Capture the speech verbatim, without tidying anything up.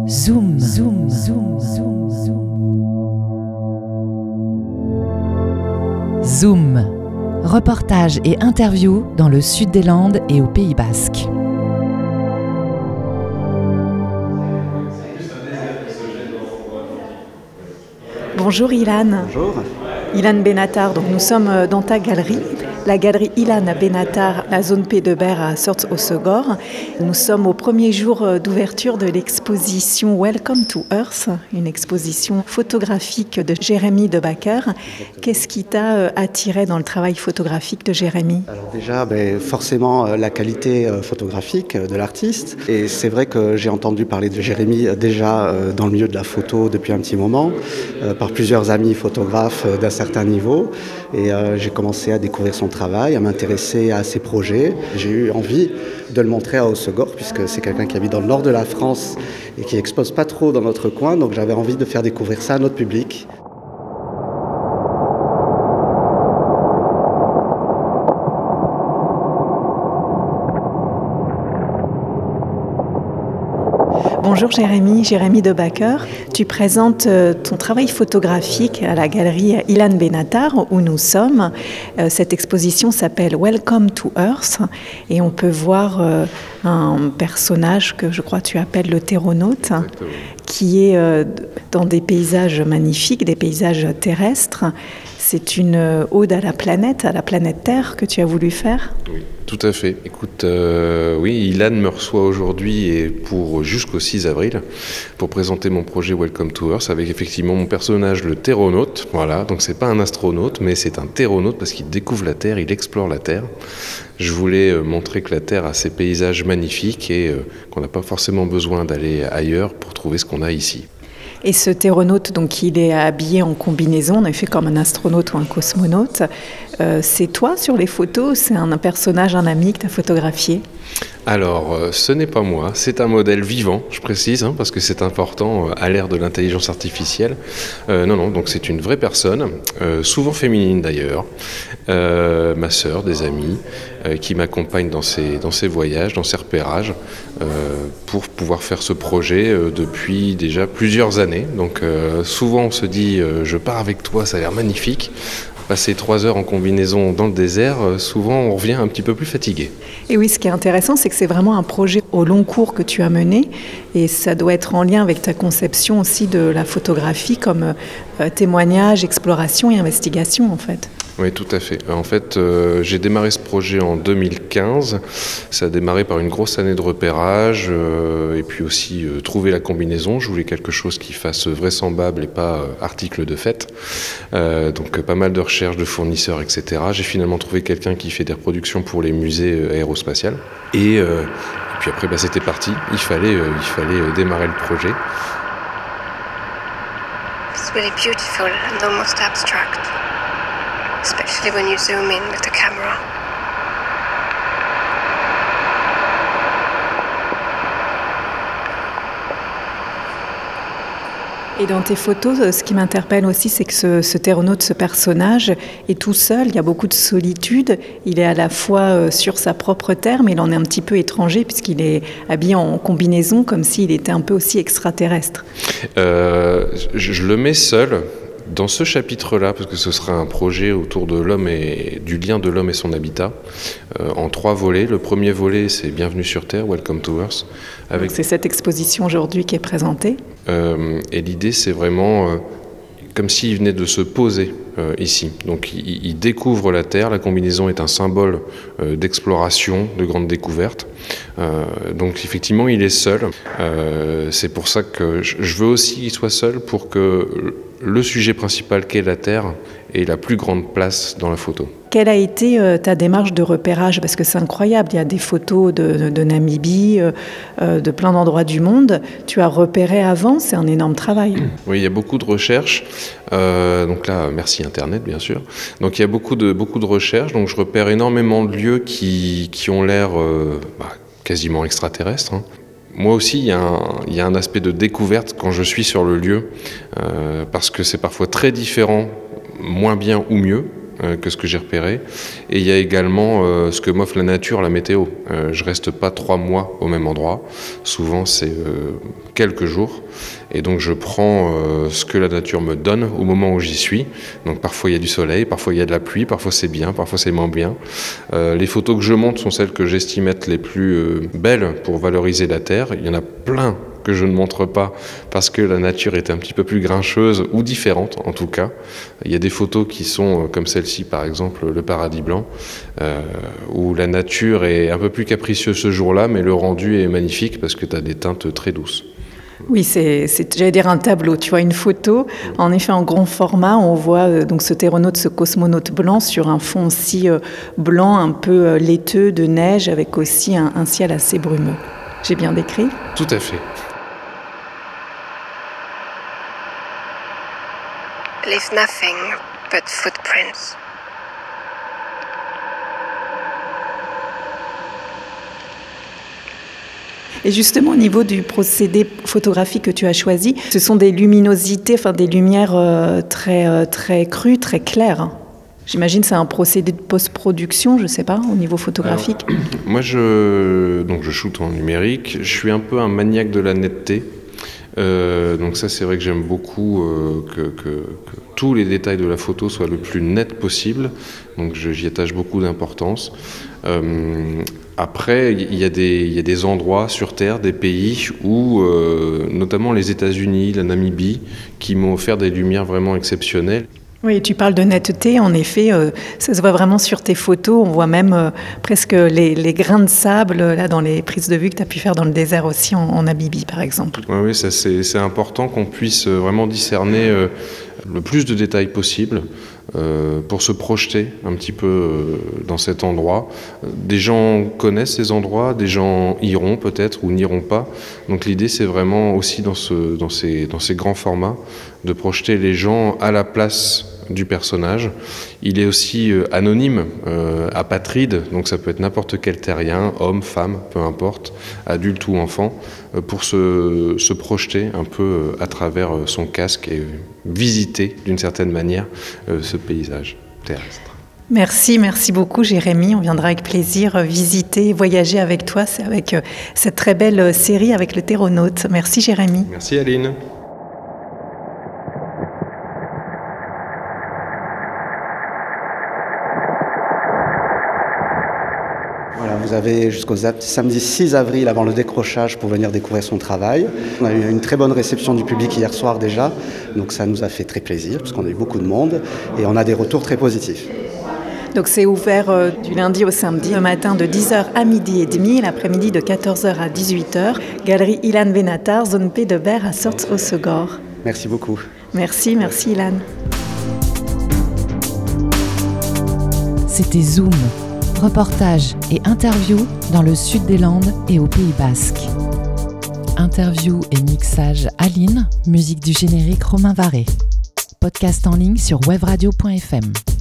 Zoom, zoom, zoom, zoom, zoom. Zoom. Reportage et interview dans le sud des Landes et au Pays Basque. Bonjour Ilan. Bonjour. Ilan Benatar, donc nous sommes dans ta galerie, la galerie Ilan Benatar, la zone P de Berre à Sorts-au-Segor. Nous sommes au premier jour d'ouverture de l'exposition Welcome to Earth, une exposition photographique de Jérémy de Backer. Qu'est-ce qui t'a attiré dans le travail photographique de Jérémy ? Alors déjà, ben, forcément, la qualité photographique de l'artiste. Et c'est vrai que j'ai entendu parler de Jérémy déjà dans le milieu de la photo depuis un petit moment, par plusieurs amis photographes d'un certain niveau. Et euh, j'ai commencé à découvrir son travail, à m'intéresser à ses projets. J'ai eu envie de le montrer à Hossegor, puisque c'est quelqu'un qui habite dans le nord de la France et qui expose pas trop dans notre coin. Donc j'avais envie de faire découvrir ça à notre public. Bonjour Jérémy, Jérémy de Backer. Tu présentes ton travail photographique à la galerie Ilan Benatar où nous sommes. Cette exposition s'appelle Welcome to Earth et on peut voir un personnage que je crois que tu appelles le théronaute. Exactement. Qui est dans des paysages magnifiques, des paysages terrestres. C'est une ode à la planète, à la planète Terre que tu as voulu faire ? Oui, tout à fait. Écoute, euh, oui, Ilan me reçoit aujourd'hui et pour jusqu'au six avril pour présenter mon projet Welcome to Earth avec effectivement mon personnage, le théronaute. Voilà, donc c'est pas un astronaute, mais c'est un théronaute parce qu'il découvre la Terre, il explore la Terre. Je voulais euh, montrer que la Terre a ses paysages magnifiques et euh, qu'on n'a pas forcément besoin d'aller ailleurs pour trouver ce qu'on a ici. Et ce théronaute, donc, il est habillé en combinaison, en effet comme un astronaute ou un cosmonaute. Euh, c'est toi sur les photos, c'est un, un personnage, un ami que tu as photographié ? Alors, euh, ce n'est pas moi, c'est un modèle vivant, je précise, hein, parce que c'est important euh, à l'ère de l'intelligence artificielle. Euh, non, non, donc c'est une vraie personne, euh, souvent féminine d'ailleurs, euh, ma sœur, des amis, euh, qui m'accompagnent dans ses, dans ses voyages, dans ses repérages, euh, pour pouvoir faire ce projet euh, depuis déjà plusieurs années. Donc euh, souvent on se dit, euh, je pars avec toi, ça a l'air magnifique. Passer trois heures en combinaison dans le désert, souvent on revient un petit peu plus fatigué. Et oui, ce qui est intéressant, c'est que c'est vraiment un projet au long cours que tu as mené et ça doit être en lien avec ta conception aussi de la photographie comme euh, témoignage, exploration et investigation en fait. Oui, tout à fait. En fait, euh, j'ai démarré ce projet en deux mille quinze. Ça a démarré par une grosse année de repérage euh, et puis aussi euh, trouver la combinaison. Je voulais quelque chose qui fasse vraisemblable et pas euh, article de fête. Euh, donc, euh, pas mal de recherches de fournisseurs, et cetera. J'ai finalement trouvé quelqu'un qui fait des reproductions pour les musées euh, aérospatiales. Et, euh, et puis après, bah, c'était parti. Il fallait, euh, il fallait euh, démarrer le projet. It's really beautiful and almost abstract. Especially when you zoom in with the camera. Et dans tes photos, ce qui m'interpelle aussi, c'est que ce, ce théronaute, ce personnage, est tout seul, il y a beaucoup de solitude, il est à la fois sur sa propre terre, mais il en est un petit peu étranger, puisqu'il est habillé en combinaison, comme s'il était un peu aussi extraterrestre. Euh, je, je le mets seul. Dans ce chapitre-là, parce que ce sera un projet autour de l'homme et du lien de l'homme et son habitat, euh, en trois volets. Le premier volet, c'est Bienvenue sur Terre, Welcome to Earth. Avec... C'est cette exposition aujourd'hui qui est présentée. Euh, et l'idée, c'est vraiment euh, comme s'il venait de se poser euh, ici. Donc, il, il découvre la Terre. La combinaison est un symbole euh, d'exploration, de grande découverte. Euh, donc, effectivement, il est seul. Euh, c'est pour ça que je, je veux aussi qu'il soit seul pour que le sujet principal qu'est la Terre ait la plus grande place dans la photo. Quelle a été euh, ta démarche de repérage ? Parce que c'est incroyable, il y a des photos de, de, de Namibie, euh, de plein d'endroits du monde. Tu as repéré avant, c'est un énorme travail. Oui, il y a beaucoup de recherches. Euh, donc là, merci Internet, bien sûr. Donc il y a beaucoup de, beaucoup de recherches. Donc je repère énormément de lieux qui, qui ont l'air euh, bah, quasiment extraterrestres, hein. Moi aussi, il y, a un, il y a un aspect de découverte quand je suis sur le lieu, euh, parce que c'est parfois très différent, moins bien ou mieux, euh, que ce que j'ai repéré. Et il y a également euh, ce que m'offre la nature, la météo. Euh, je reste pas trois mois au même endroit. Souvent, c'est euh, quelques jours. Et donc, je prends euh, ce que la nature me donne au moment où j'y suis. Donc, parfois, il y a du soleil, parfois, il y a de la pluie, parfois, c'est bien, parfois, c'est moins bien. Euh, les photos que je monte sont celles que j'estime être les plus euh, belles pour valoriser la Terre. Il y en a plein que je ne montre pas parce que la nature est un petit peu plus grincheuse ou différente en tout cas. Il y a des photos qui sont comme celle-ci par exemple, le paradis blanc, euh, où la nature est un peu plus capricieuse ce jour-là, mais le rendu est magnifique parce que tu as des teintes très douces. Oui, c'est, c'est, j'allais dire un tableau. Tu vois une photo, en effet en grand format, on voit euh, donc ce théronaute, ce cosmonaute blanc sur un fond aussi euh, blanc, un peu euh, laiteux, de neige, avec aussi un, un ciel assez brumeux. J'ai bien décrit ? Tout à fait. Leave nothing but footprints. Et justement, au niveau du procédé photographique que tu as choisi, ce sont des luminosités, enfin des lumières euh, très, euh, très crues, très claires. J'imagine que c'est un procédé de post-production, je ne sais pas, au niveau photographique. Alors, moi, je, donc je shoot en numérique. Je suis un peu un maniaque de la netteté. Euh, donc ça, c'est vrai que j'aime beaucoup euh, que, que, que tous les détails de la photo soient le plus net possible. Donc je, j'y attache beaucoup d'importance. Euh, après, il y, y a des endroits sur Terre, des pays où, euh, notamment les États-Unis, la Namibie, qui m'ont offert des lumières vraiment exceptionnelles. Oui, tu parles de netteté, en effet, euh, ça se voit vraiment sur tes photos, on voit même euh, presque les, les grains de sable là, dans les prises de vue que tu as pu faire dans le désert aussi, en, en Namibie par exemple. Oui, oui, ça, c'est, c'est important qu'on puisse vraiment discerner euh, le plus de détails possible euh, pour se projeter un petit peu euh, dans cet endroit. Des gens connaissent ces endroits, des gens iront peut-être ou n'iront pas. Donc l'idée, c'est vraiment aussi dans, ce, dans, ces, dans ces grands formats de projeter les gens à la place du personnage. Il est aussi euh, anonyme, euh, apatride, donc ça peut être n'importe quel terrien, homme, femme, peu importe, adulte ou enfant, euh, pour se, se projeter un peu euh, à travers euh, son casque et visiter d'une certaine manière euh, ce paysage terrestre. Merci, merci beaucoup Jérémy. On viendra avec plaisir visiter, voyager avec toi. C'est avec euh, cette très belle série avec le Théronaute. Merci Jérémy. Merci Aline. Voilà, vous avez jusqu'au samedi six avril avant le décrochage pour venir découvrir son travail. On a eu une très bonne réception du public hier soir déjà, donc ça nous a fait très plaisir parce qu'on a eu beaucoup de monde et on a des retours très positifs. Donc c'est ouvert euh, du lundi au samedi, le matin de dix heures à midi et demi, l'après-midi de quatorze heures à dix-huit heures. Galerie Ilan Benatar, zone P de Berre à Sorts-au-Segor. Merci beaucoup. Merci, merci Ilan. C'était Zoom, reportage et interview dans le sud des Landes et au Pays Basque. Interview et mixage Aline, musique du générique Romain Varé. Podcast en ligne sur webradio point f m.